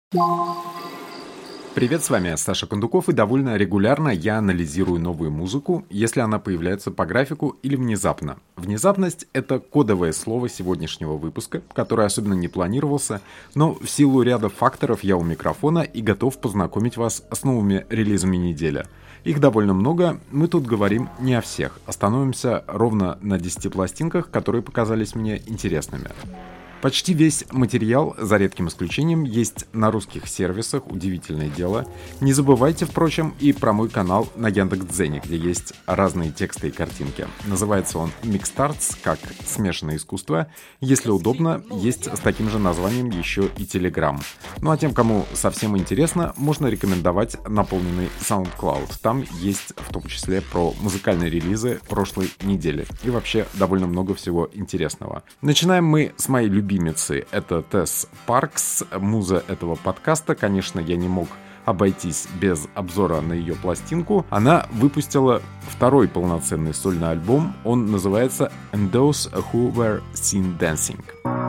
Привет, с вами Саша Кондуков, и довольно регулярно я анализирую новую музыку, если она появляется по графику или внезапно. Внезапность — это кодовое слово сегодняшнего выпуска, который особенно не планировался, но в силу ряда факторов я у микрофона и готов познакомить вас с новыми релизами недели. Их довольно много, мы тут говорим не о всех, остановимся ровно на 10 пластинках, которые показались мне интересными. Почти весь материал, за редким исключением, есть на русских сервисах, удивительное дело. Не забывайте, впрочем, и про мой канал на Яндекс.Дзене, где есть разные тексты и картинки. Называется он Mixtarts, как смешанное искусство. Если удобно, есть с таким же названием еще и Telegram. Ну а тем, кому совсем интересно, можно рекомендовать наполненный SoundCloud. Там есть в том числе про музыкальные релизы прошлой недели. И вообще довольно много всего интересного. Начинаем мы с моей любимой. Это Тесс Паркс, муза этого подкаста. Конечно, я не мог обойтись без обзора на ее пластинку. Она выпустила второй полноценный сольный альбом. Он называется And Those Who Were Seen Dancing.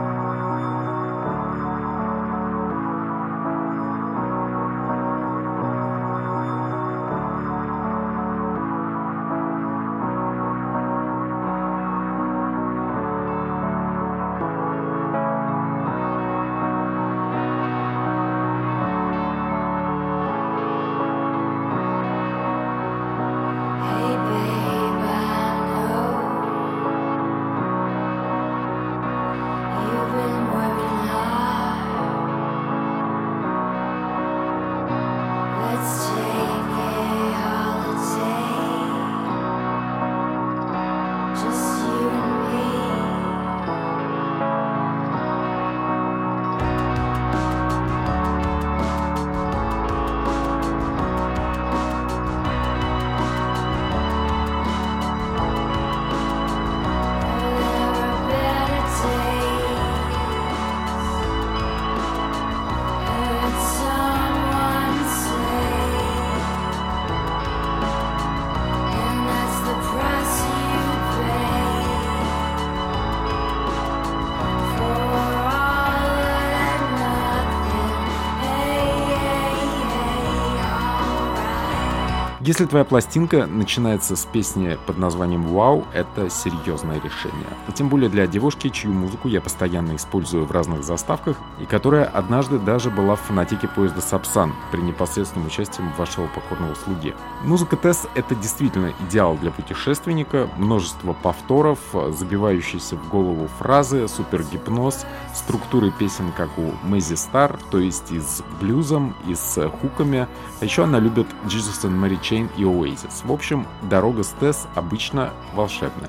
Если твоя пластинка начинается с песни под названием «Вау», это серьезное решение. И тем более для девушки, чью музыку я постоянно использую в разных заставках, и которая однажды даже была в фанатике поезда «Сапсан» при непосредственном участии вашего покорного слуги. Музыка Тесс — это действительно идеал для путешественника, множество повторов, забивающиеся в голову фразы, супергипноз, структуры песен, как у Мэзи Стар, то есть и с блюзом, и с хуками. А еще она любит Jesus and Mary Chain и Oasis. В общем, дорога с Тесс обычно волшебная.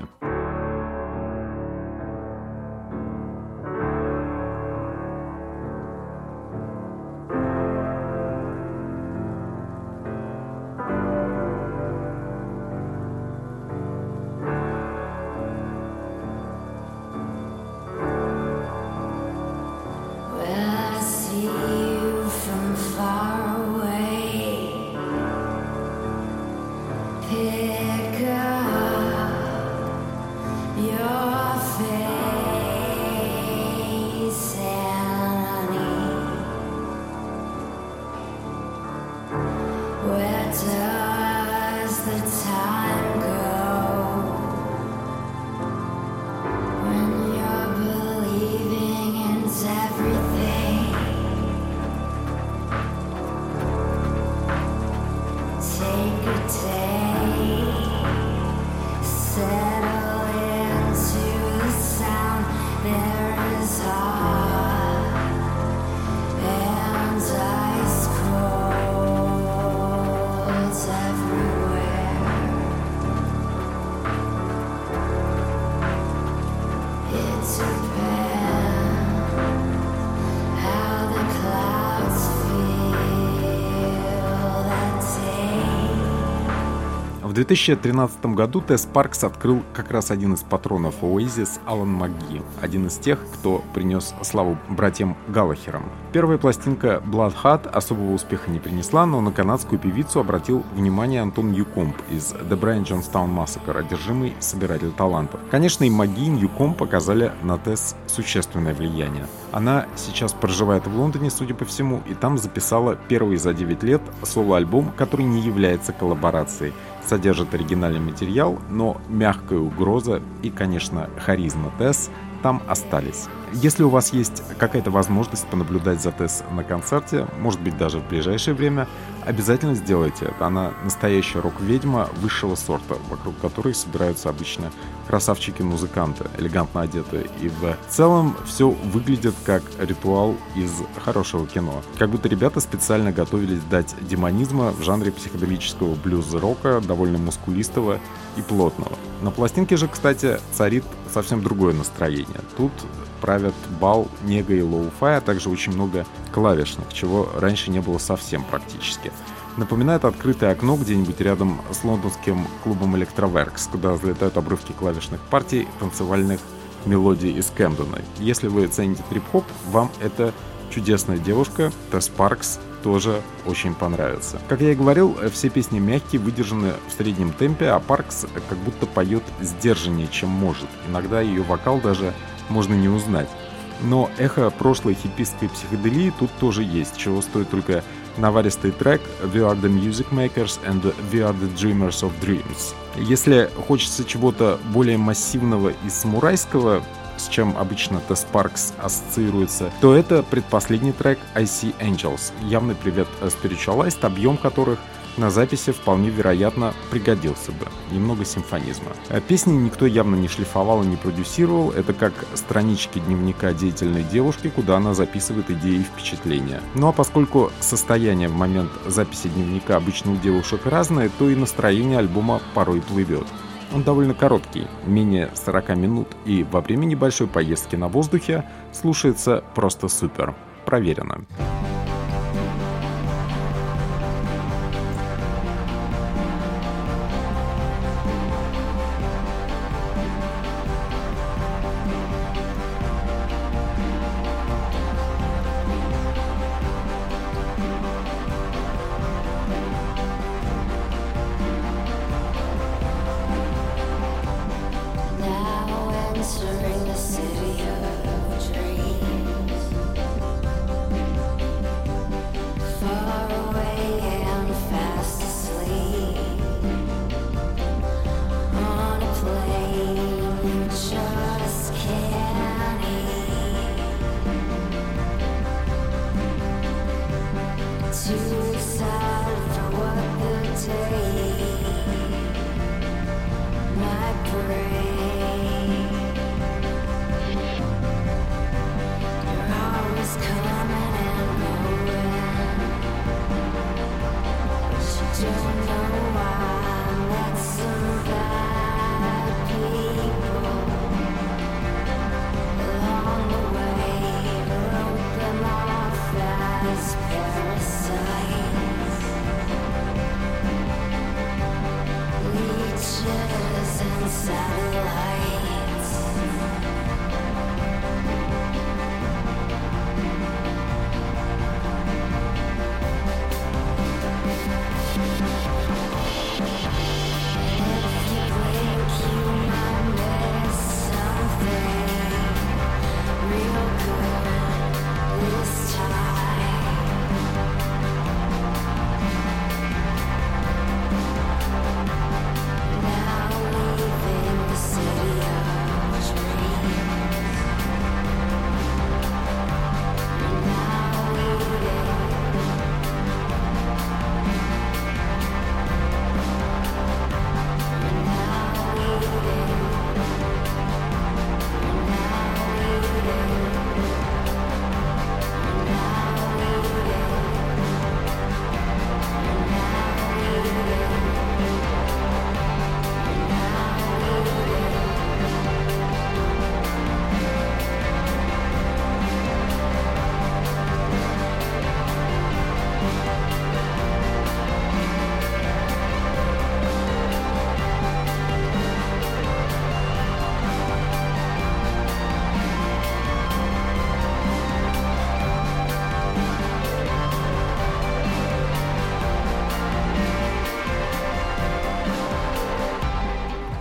В 2013 году Тесс Паркс открыл как раз один из патронов Oasis, Алан Макги, один из тех, кто принес славу братьям Галлахерам. Первая пластинка Blood Hat особого успеха не принесла, но на канадскую певицу обратил внимание Антон Ньюкомб из The Brian Jonestown Massacre, одержимый собиратель талантов. Конечно, и Макги, и Ньюкомб показали на Тесс существенное влияние. Она сейчас проживает в Лондоне, судя по всему, и там записала первый за 9 лет соло-альбом, который не является коллаборацией. Содержит оригинальный материал, но мягкая угроза и, конечно, харизма Тесс там остались. Если у вас есть какая-то возможность понаблюдать за Тесс на концерте, может быть даже в ближайшее время, обязательно сделайте это. Она настоящая рок-ведьма высшего сорта, вокруг которой собираются обычно красавчики-музыканты, элегантно одетые. И в целом все выглядит как ритуал из хорошего кино. Как будто ребята специально готовились дать демонизма в жанре психоделического блюз-рока, довольно мускулистого и плотного. На пластинке же, кстати, царит совсем другое настроение. Тут правят бал, нега и лоу-фай, а также очень много клавишных, чего раньше не было совсем практически. Напоминает открытое окно где-нибудь рядом с лондонским клубом Electroworks, куда взлетают обрывки клавишных партий, танцевальных мелодий из Кэмдена. Если вы цените трип-хоп, вам эта чудесная девушка, Тесс Паркс, тоже очень понравится. Как я и говорил, все песни мягкие, выдержаны в среднем темпе, а Паркс как будто поет сдержаннее, чем может. Иногда ее вокал даже можно не узнать. Но эхо прошлой хиппистской психоделии тут тоже есть, чего стоит только наваристый трек «We are the music makers and we are the dreamers of dreams». Если хочется чего-то более массивного и самурайского, с чем обычно Тесс Паркс ассоциируется, то это предпоследний трек «I See Angels», явный привет Spiritualized, объем которых на записи вполне вероятно пригодился бы. Немного симфонизма. Песни никто явно не шлифовал и не продюсировал. Это как странички дневника деятельной девушки, куда она записывает идеи и впечатления. Ну а поскольку состояние в момент записи дневника обычно у девушек разное, то и настроение альбома порой плывет. Он довольно короткий, менее 40 минут, и во время небольшой поездки на воздухе слушается просто супер. Проверено. Entering the city of dreams.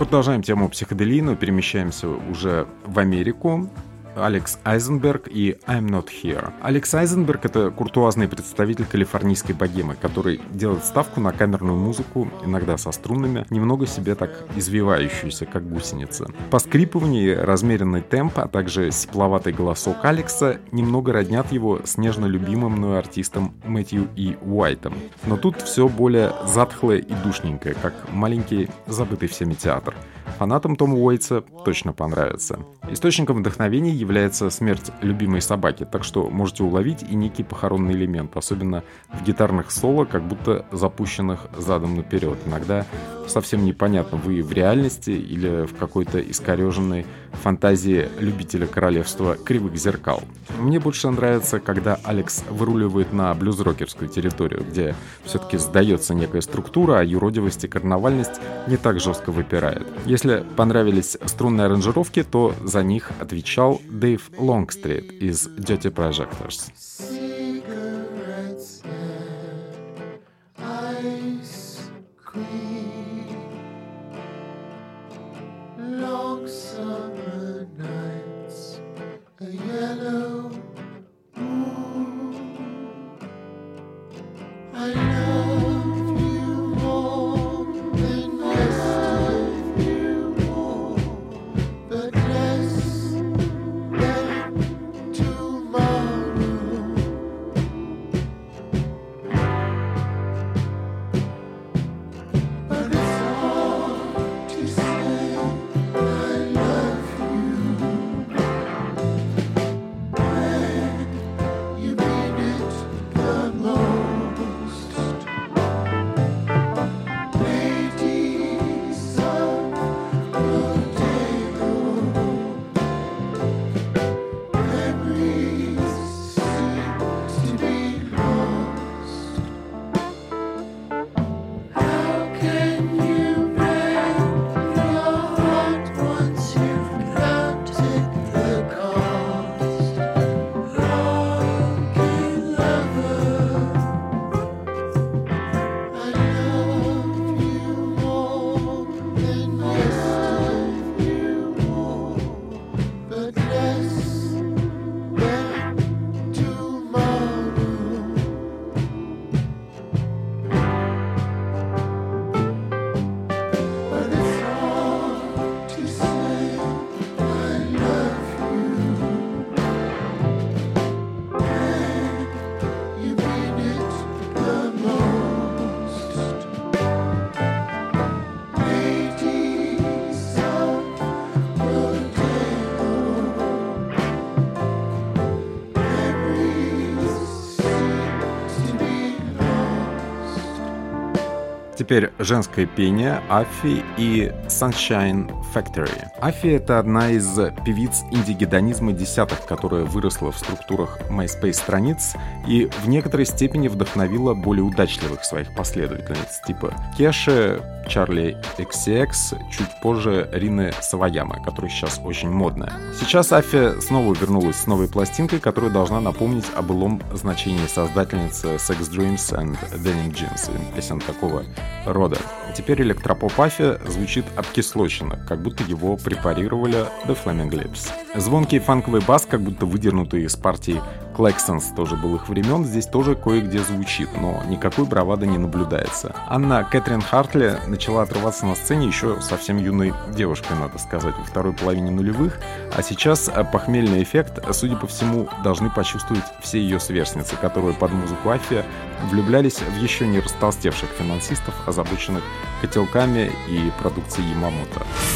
Продолжаем тему психоделии, но перемещаемся уже в Америку. Алекс Айзенберг и I'm Not Here. Алекс Айзенберг — это куртуазный представитель калифорнийской богемы, который делает ставку на камерную музыку, иногда со струнами, немного себе так извивающуюся, как гусеница. Поскрипывание, размеренный темп, а также сипловатый голосок Алекса немного роднят его с нежно любимым мной артистом Мэтью И. Уайтом. Но тут все более затхлое и душненькое, как маленький забытый всеми театр. Фанатам Тома Уэйтса точно понравится. Источником вдохновения является смерть любимой собаки, так что можете уловить и некий похоронный элемент, особенно в гитарных соло, как будто запущенных задом наперед. Иногда совсем непонятно, вы в реальности или в какой-то искореженной фантазии любителя королевства кривых зеркал. Мне больше нравится, когда Алекс выруливает на блюз-рокерскую территорию, где все-таки сдается некая структура, а юродивость и карнавальность не так жестко выпирает. Если понравились струнные аранжировки, то за них отвечал Дэйв Лонгстрит из Dirty Projectors. Теперь женское пение Аффи и Sunshine Factory. Аффи — это одна из певиц инди-гедонизма десятых, которая выросла в структурах MySpace-страниц и в некоторой степени вдохновила более удачливых своих последовательниц, типа Кеши, Чарли XCX, чуть позже Рины Саваямы, которая сейчас очень модная. Сейчас Аффи снова вернулась с новой пластинкой, которая должна напомнить о былом значении создательницы Sex Dreams and Denim Jeans и песен такого рода. Теперь электропоп Аффи звучит обкислоченно, как будто его препарировали The Flaming Lips. Звонкий фанковый бас, как будто выдернутый из партии Claxons тоже былых времен, здесь тоже кое-где звучит, но никакой бравады не наблюдается. Анна Кэтрин Хартли начала отрываться на сцене еще совсем юной девушкой, надо сказать, во второй половине нулевых, а сейчас похмельный эффект, судя по всему, должны почувствовать все ее сверстницы, которые под музыку Аффи влюблялись в еще не растолстевших финансистов, озабоченных котелками и продукцией Ямамото.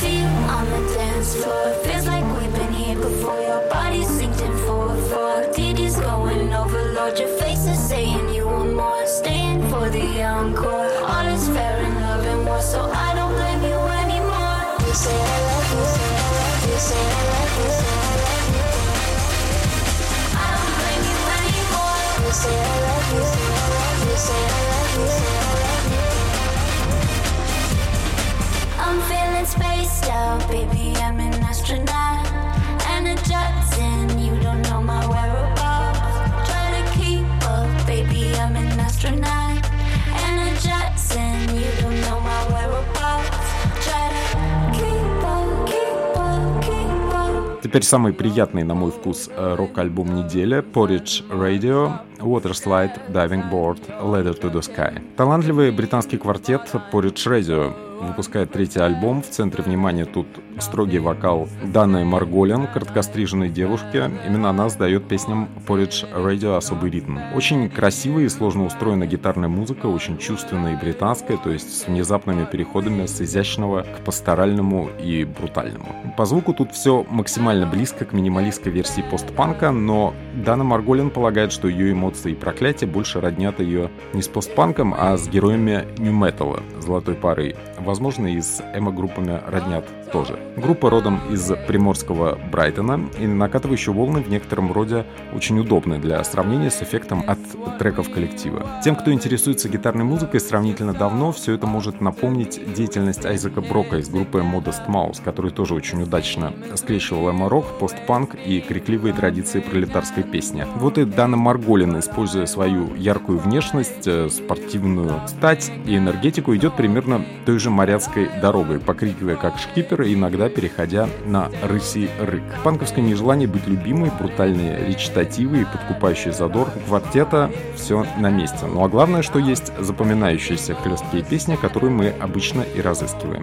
Going overload, your face is saying you want more. Staying for the encore. All is fair in love and war, so I don't blame you anymore. You say I love you, you say I love you, I don't blame you anymore. You say I love you, you say I love you. I'm feeling spaced out, baby, I'm an astronaut. Energizing, you don't know my whereabouts. Baby, I'm an astronaut, energizing, you don't know my whereabouts. Try to Теперь самый приятный, на мой вкус, рок-альбом недели — Porridge Radio, Waterslide, Diving Board, Ladder to the Sky. Талантливый британский квартет Porridge Radio выпускает третий альбом. В центре внимания тут строгий вокал Даны Марголин, короткостриженной девушки. Именно она сдает песням Porridge Radio особый ритм. Очень красивая и сложно устроенная гитарная музыка, очень чувственная и британская, то есть с внезапными переходами с изящного к пасторальному и брутальному. По звуку тут все максимально близко к минималистской версии постпанка, но Дана Марголин полагает, что ее эмоции и проклятия больше роднят ее не с постпанком, а с героями нью-металла, золотой парой. Возможно, и с эмо-группами роднят тоже. Группа родом из приморского Брайтона, и накатывающие волны в некотором роде очень удобны для сравнения с эффектом от треков коллектива. Тем, кто интересуется гитарной музыкой сравнительно давно, все это может напомнить деятельность Айзека Брока из группы Modest Mouse, который тоже очень удачно скрещивал эмо-рок, постпанк и крикливые традиции пролетарской песни. Вот и Дана Марголин, используя свою яркую внешность, спортивную стать и энергетику, идет примерно той же моряцкой дорогой, покрикивая как шкипер и иногда переходя на рысий рык. Панковское нежелание быть любимой, брутальные речитативы и подкупающий задор у квартета — все на месте. Ну а главное, что есть запоминающиеся хлесткие песни, которые мы обычно и разыскиваем.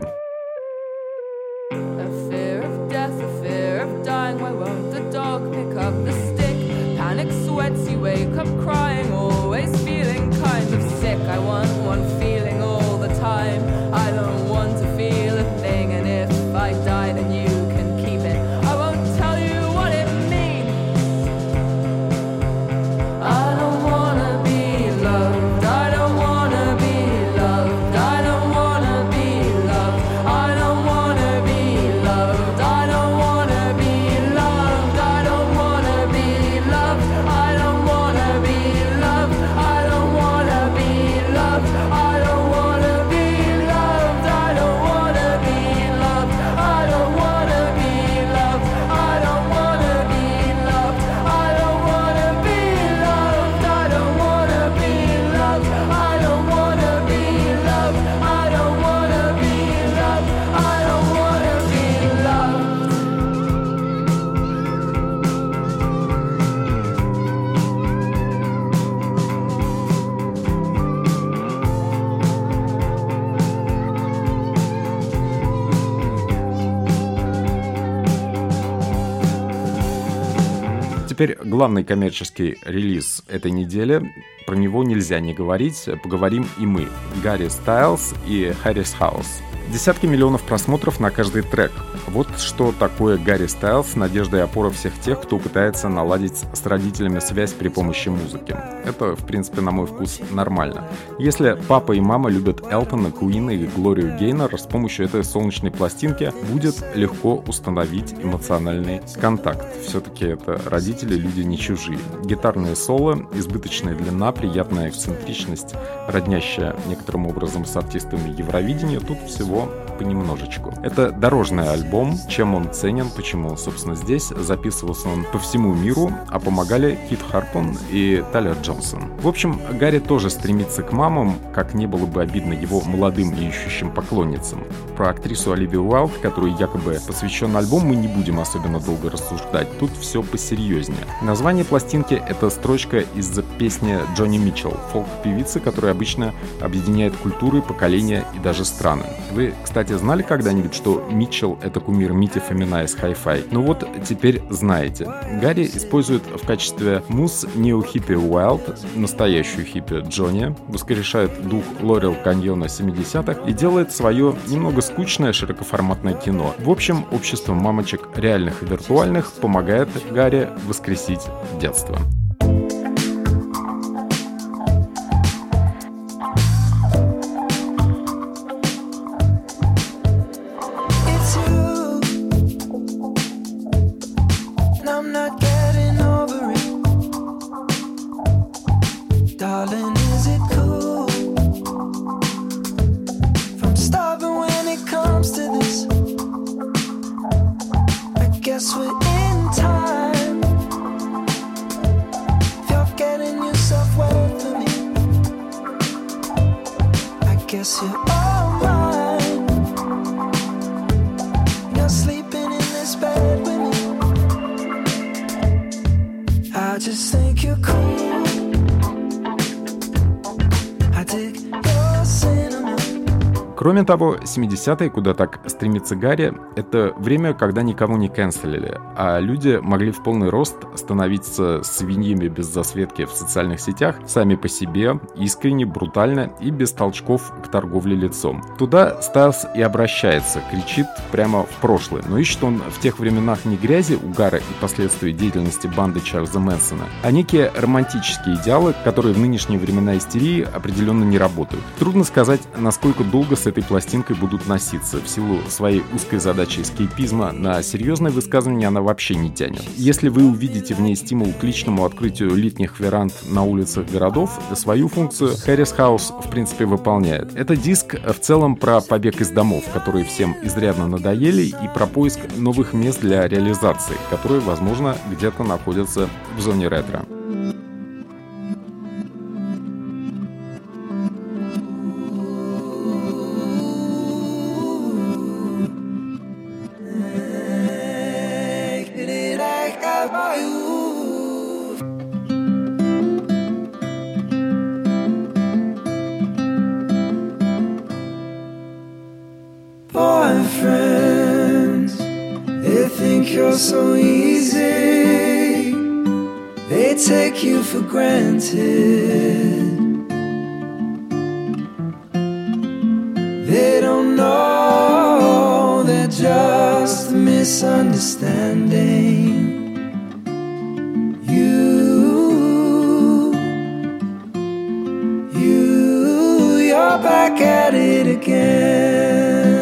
Теперь главный коммерческий релиз этой недели. Про него нельзя не говорить, поговорим и мы. Гарри Стайлз и Harry's House. Десятки миллионов просмотров на каждый трек. Вот что такое Гарри Стайлз, надежда и опора всех тех, кто пытается наладить с родителями связь при помощи музыки. Это, в принципе, на мой вкус, нормально. Если папа и мама любят Элтона, Куина и Глорию Гейнор, с помощью этой солнечной пластинки будет легко установить эмоциональный контакт. Все-таки это родители, люди не чужие. Гитарные соло, избыточная длина, приятная эксцентричность, роднящая некоторым образом с артистами Евровидения, тут всего понемножечку. Это дорожный альбом. Чем он ценен, почему, собственно, здесь записывался он по всему миру, а помогали Кит Харпон и Тайлер Джонсон. В общем, Гарри тоже стремится к мамам, как не было бы обидно его молодым и ищущим поклонницам. Про актрису Оливию Уайлд, которой якобы посвящен альбом, мы не будем особенно долго рассуждать. Тут все посерьезнее. Название пластинки — это строчка из песни Джонни Митчелл, фолк-певицы, которая обычно объединяет культуры, поколения и даже страны. Вы, кстати, знали когда-нибудь, что Митчелл — это кумир Мити Фомина из Hi-Fi? Ну вот, теперь знаете. Гарри использует в качестве муз нео-хиппи Уайлд, настоящую хиппи Джонни, воскрешает дух Лорел Каньона 70-х и делает свое немного скучное широкоформатное кино. В общем, общество мамочек реальных и виртуальных помогает Гарри воскресить детство. You're sleeping in this bed with me. Кроме того, 70-е, куда так стремится Гарри, это время, когда никого не канцелили, а люди могли в полный рост становиться свиньями без засветки в социальных сетях сами по себе, искренне, брутально и без толчков к торговле лицом. Туда Стайлз и обращается, кричит прямо в прошлое, но ищет он в тех временах не грязи, угара и последствий деятельности банды Чарльза Мэнсона, а некие романтические идеалы, которые в нынешние времена истерии определенно не работают. Трудно сказать, насколько долго с этой пластинкой будут носиться. В силу своей узкой задачи эскейпизма на серьезное высказывание она вообще не тянет. Если вы увидите в ней стимул к личному открытию летних веранд на улицах городов, свою функцию Harris House в принципе выполняет. Это диск в целом про побег из домов, которые всем изрядно надоели, и про поиск новых мест для реализации, которые, возможно, где-то находятся в зоне ретро. Boyfriends, they think you're so easy. They take you for granted. They don't know they're just a misunderstanding. You're back at it again.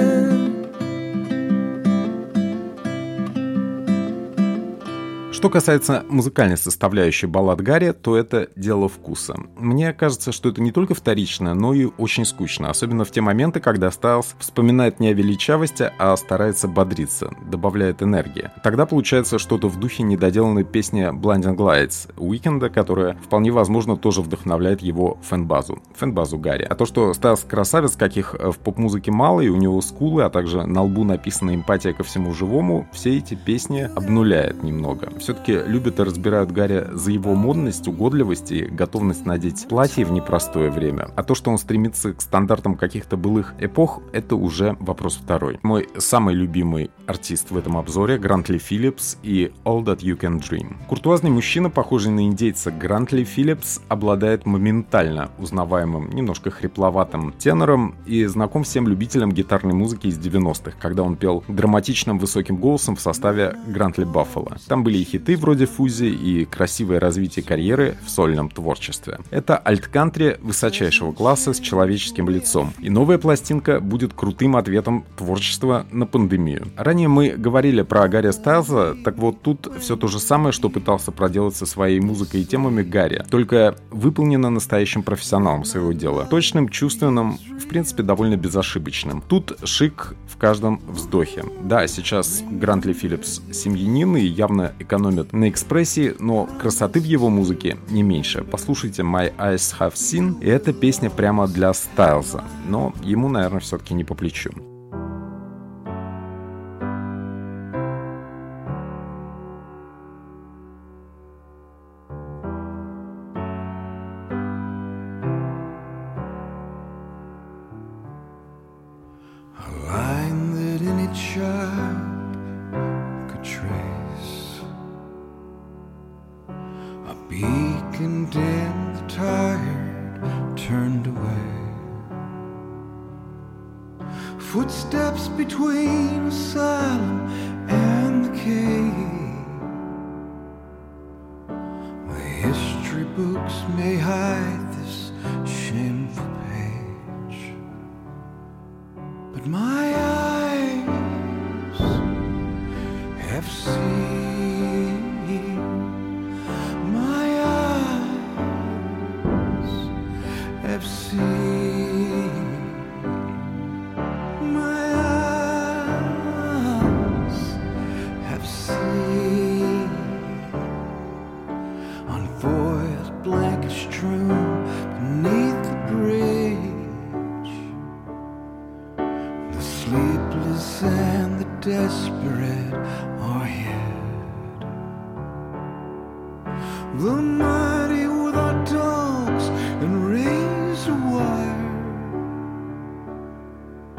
Что касается музыкальной составляющей баллад Гарри, то это дело вкуса. Мне кажется, что это не только вторично, но и очень скучно, особенно в те моменты, когда Стайлз вспоминает не о величавости, а старается бодриться, добавляет энергии. Тогда получается что-то в духе недоделанной песни Blinding Lights Уикенда, которая вполне возможно тоже вдохновляет его фэн-базу Гарри. А то, что Стайлз красавец, каких в поп-музыке мало, и у него скулы, а также на лбу написана эмпатия ко всему живому, все эти песни обнуляет немного. Все-таки любят и разбирают Гарри за его модность, угодливость и готовность надеть платье в непростое время. А то, что он стремится к стандартам каких-то былых эпох, это уже вопрос второй. Мой самый любимый артист в этом обзоре — Грантли Филлипс и All That You Can Dream. Куртуазный мужчина, похожий на индейца Грантли Филлипс, обладает моментально узнаваемым, немножко хрипловатым тенором и знаком всем любителям гитарной музыки из 90-х, когда он пел драматичным высоким голосом в составе Грантли Баффало. Там были и хиты вроде «Фузи» и красивое развитие карьеры в сольном творчестве. Это альт-кантри высочайшего класса с человеческим лицом. И новая пластинка будет крутым ответом творчества на пандемию. Ранее мы говорили про Гарри Стайлза, так вот тут все то же самое, что пытался проделать со своей музыкой и темами Гарри, только выполнено настоящим профессионалом своего дела. Точным, чувственным, в принципе, довольно безошибочным. Тут шик в каждом вздохе. Да, сейчас Грантли Филлипс семьянин и явно экономит на экспрессии, но красоты в его музыке не меньше. Послушайте My Eyes Have Seen, и эта песня прямо для Стайлза, но ему, наверное, все-таки не по плечу. Condemned, tired, turned away. Footsteps between asylum and the cave. The history books may hide this shameful page, but my eyes have seen. Have seen, my eyes have seen, unfoiled blankets strewn beneath the bridge, the sleepless and the desperate are hid, the mighty without dogs and razor wire,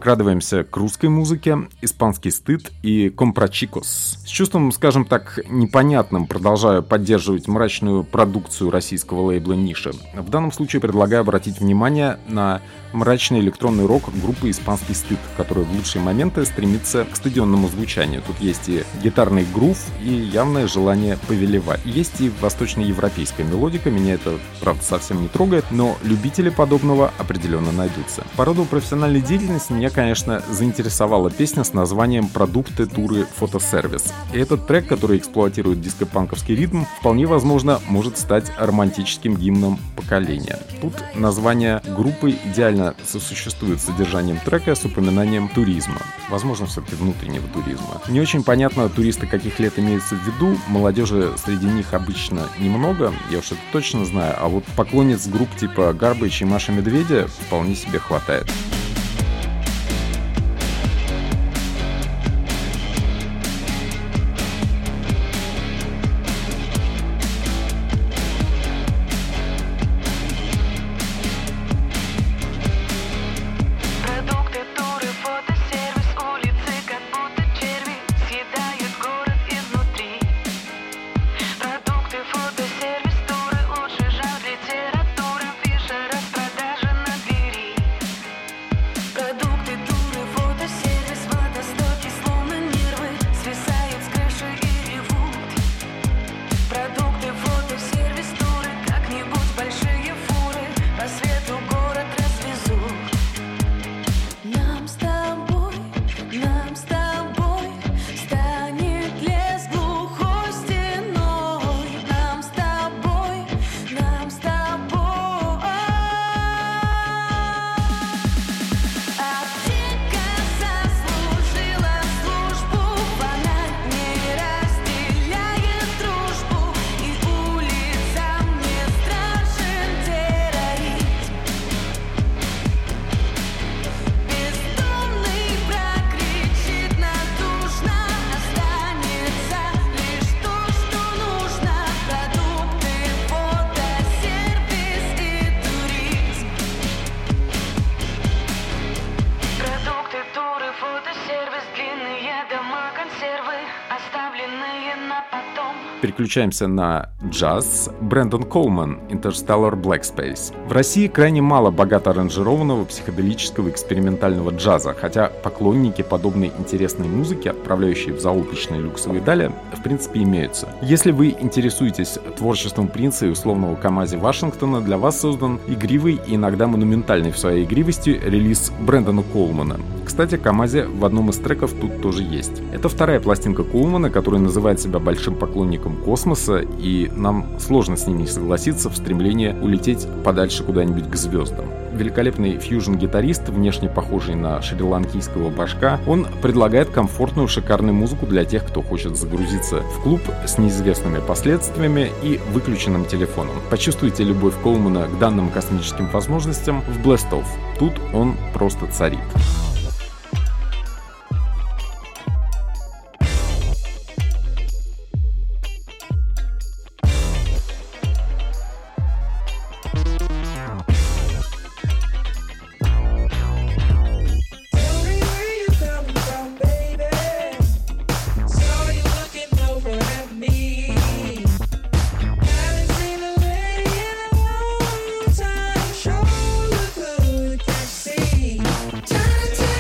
подкрадываемся к русской музыке, «Испанский стыд» и «Компрачикос». С чувством, скажем так, непонятным продолжаю поддерживать мрачную продукцию российского лейбла «Ниша». В данном случае предлагаю обратить внимание на мрачный электронный рок группы «Испанский стыд», которая в лучшие моменты стремится к стадионному звучанию. Тут есть и гитарный грув, и явное желание повелевать. Есть и восточноевропейская мелодика, меня это, правда, совсем не трогает, но любители подобного определенно найдутся. По роду профессиональной деятельности меня, конечно, заинтересовала песня с названием «Продукты, туры, фотосервис». И этот трек, который эксплуатирует диско-панковский ритм, вполне возможно может стать романтическим гимном поколения. Тут название группы идеально сосуществует с содержанием трека с упоминанием туризма. Возможно, все-таки внутреннего туризма. Не очень понятно, туристы каких лет имеются в виду. Молодежи среди них обычно немного, я уж это точно знаю. А вот поклонниц групп типа Garbage и Маша Медведя вполне себе хватает. Переключаемся на джаз. Брэндон Коулман, Interstellar Black Space. В России крайне мало богато аранжированного психоделического экспериментального джаза, хотя поклонники подобной интересной музыки, отправляющие в заоблачные люксовые дали, в принципе имеются. Если вы интересуетесь творчеством Принца и условного Камази Вашингтона, для вас создан игривый и иногда монументальный в своей игривости релиз Брэндона Коулмана. Кстати, Камази в одном из треков тут тоже есть. Это вторая пластинка Коулмана, который называет себя большим поклонником космоса, и нам сложно с ним не согласиться в стремлении улететь подальше куда-нибудь к звездам. Великолепный фьюжн-гитарист, внешне похожий на шри-ланкийского башка, он предлагает комфортную, шикарную музыку для тех, кто хочет загрузиться в клуб с неизвестными последствиями и выключенным телефоном. Почувствуйте любовь Коулмана к данным космическим возможностям в Blast Off. Тут он просто царит. Time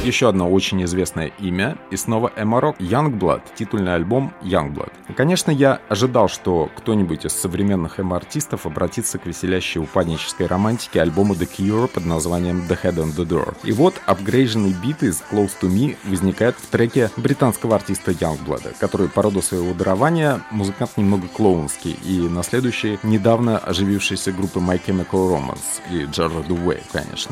еще одно очень известное имя, и снова эмо-рок — Youngblood, титульный альбом Youngblood. И, конечно, я ожидал, что кто-нибудь из современных эмо-артистов обратится к веселящей упаднической романтике альбома The Cure под названием The Head on the Door. И вот апгрейженный бит из Close to Me возникает в треке британского артиста Youngblood, который по роду своего дарования музыкант немного клоунский, и на следующей недавно оживившейся группы My Chemical Romance и Gerard Way, конечно.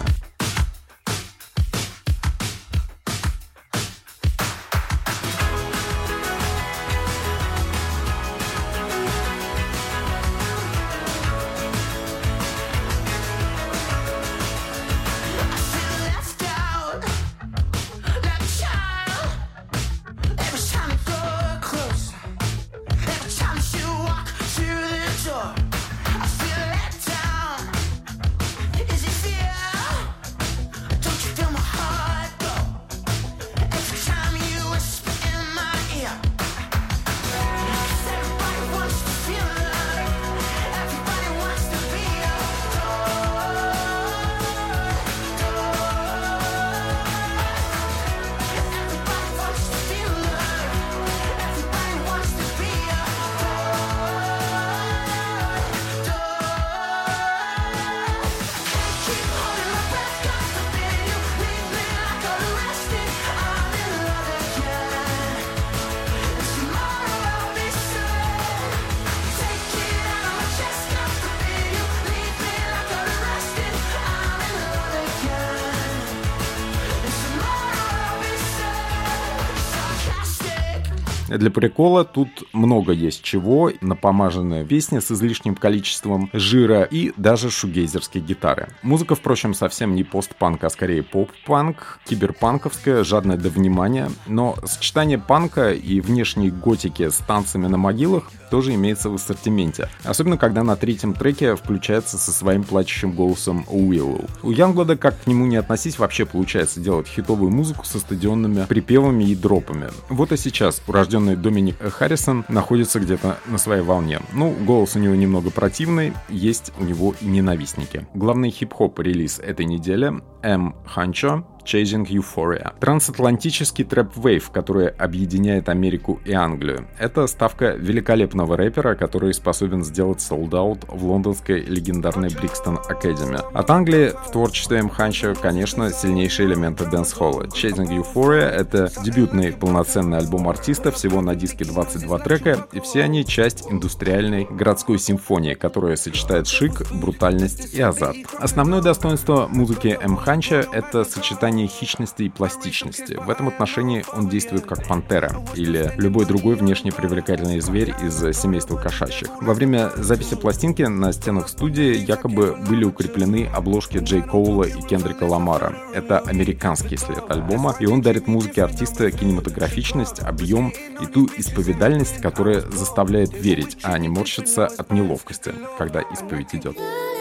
Для прикола тут много есть чего. Напомаженная песня с излишним количеством жира и даже шугейзерские гитары. Музыка, впрочем, совсем не постпанк, а скорее поп-панк, киберпанковская, жадная до внимания. Но сочетание панка и внешней готики с танцами на могилах тоже имеется в ассортименте. Особенно, когда на третьем треке включается со своим плачущим голосом Уиллоу. У Youngblood, как к нему не относись, вообще получается делать хитовую музыку со стадионными припевами и дропами. Вот и сейчас урожденный Доминик Харрисон находится где-то на своей волне. Ну, голос у него немного противный, есть у него и ненавистники. Главный хип-хоп релиз этой недели — M. Huncho Chasing Euphoria. Трансатлантический трэп-вейв, который объединяет Америку и Англию. Это ставка великолепного рэпера, который способен сделать солд-аут в лондонской легендарной Брикстон Академи. От Англии в творчестве M. Huncho, конечно, сильнейшие элементы дэнс-холла. Chasing Euphoria — это дебютный полноценный альбом артиста, всего на диске 22 трека, и все они часть индустриальной городской симфонии, которая сочетает шик, брутальность и азарт. Основное достоинство музыки M. Huncho — это сочетание хищности и пластичности. В этом отношении он действует как пантера или любой другой внешне привлекательный зверь из семейства кошачьих. Во время записи пластинки на стенах студии якобы были укреплены обложки Джей Коула и Кендрика Ламара. Это американский след альбома, и он дарит музыке артиста кинематографичность, объем и ту исповедальность, которая заставляет верить, а не морщиться от неловкости, когда исповедь идет.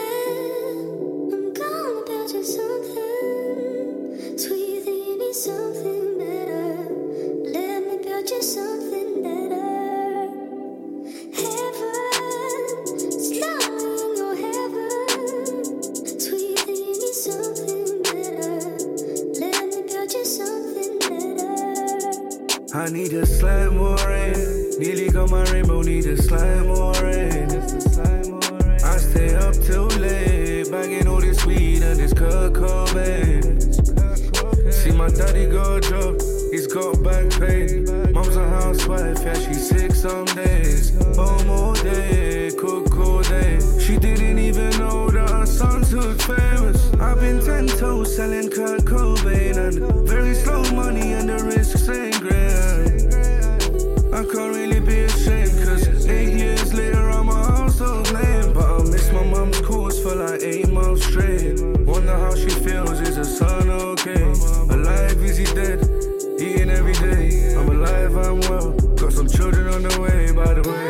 I need a slide more rain. Nearly got my rainbow, need a slide more rain. I stay up till late, bagging all this weed and this Kurt Cobain. See my daddy got a job, he's got back pain. Mom's a housewife, yeah, she's sick some days. Home all day, cook all day. She didn't even know that her son's hood famous. I've been 10 toes selling Kurt Cobain, and very slow money and the risks ain't great. I can't really be ashamed, cause 8 years later I'm a household name. But I miss my mum's calls for like 8 months straight. Wonder how she feels, is her son okay? Alive, is he dead? Eating every day. I'm alive, I'm well. Got some children on the way, by the way.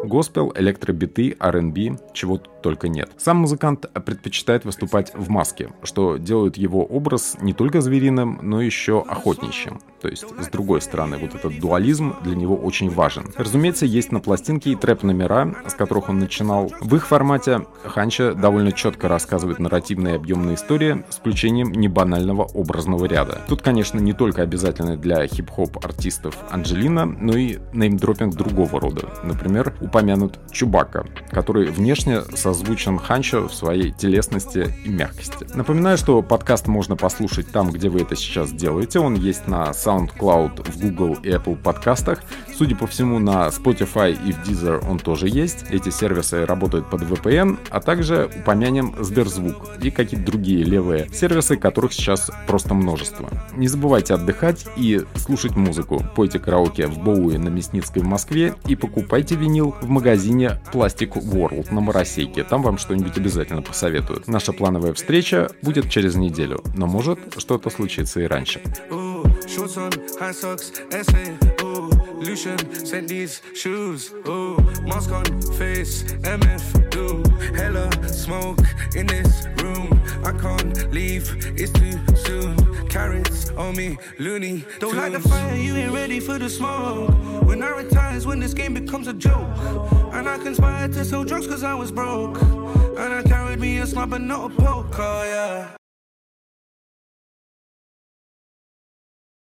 Госпел, электробиты, R&B, чего только нет. Сам музыкант предпочитает выступать в маске, что делает его образ не только звериным, но еще охотничьим. То есть, с другой стороны, вот этот дуализм для него очень важен. Разумеется, есть на пластинке и трэп-номера, с которых он начинал. В их формате Ханчо довольно четко рассказывает нарративные и объемные истории с включением небанального образного ряда. Тут, конечно, не только обязательно для хип-хоп артистов Анджелина, но и неймдропинг другого рода. Например, упомянут Чубакка, который внешне созвучен Ханчо в своей телесности и мягкости. Напоминаю, что подкаст можно послушать там, где вы это сейчас делаете. Он есть на SoundCloud, в Google и Apple подкастах. Судя по всему, на Spotify и в Deezer он тоже есть. Эти сервисы работают под VPN, а также упомянем Сберзвук и какие-то другие левые сервисы, которых сейчас просто множество. Не забывайте отдыхать и слушать музыку. Пойте караоке в Боуи на Мясницкой в Москве и покупайте винил в магазине Plastic World на Моросейке. Там вам что-нибудь обязательно посоветуют. Наша плановая встреча будет через неделю, но может что-то случится и раньше. Shorts on, high socks, essay, ooh, Lucian sent these shoes, ooh, mask on face, MF, doom, hella smoke in this room, I can't leave, it's too soon, carrots on me, loony, don't light the fire, you ain't ready for the smoke, when I retire is when this game becomes a joke, and I conspired to sell drugs cause I was broke, and I carried me a slump but not a poker, yeah.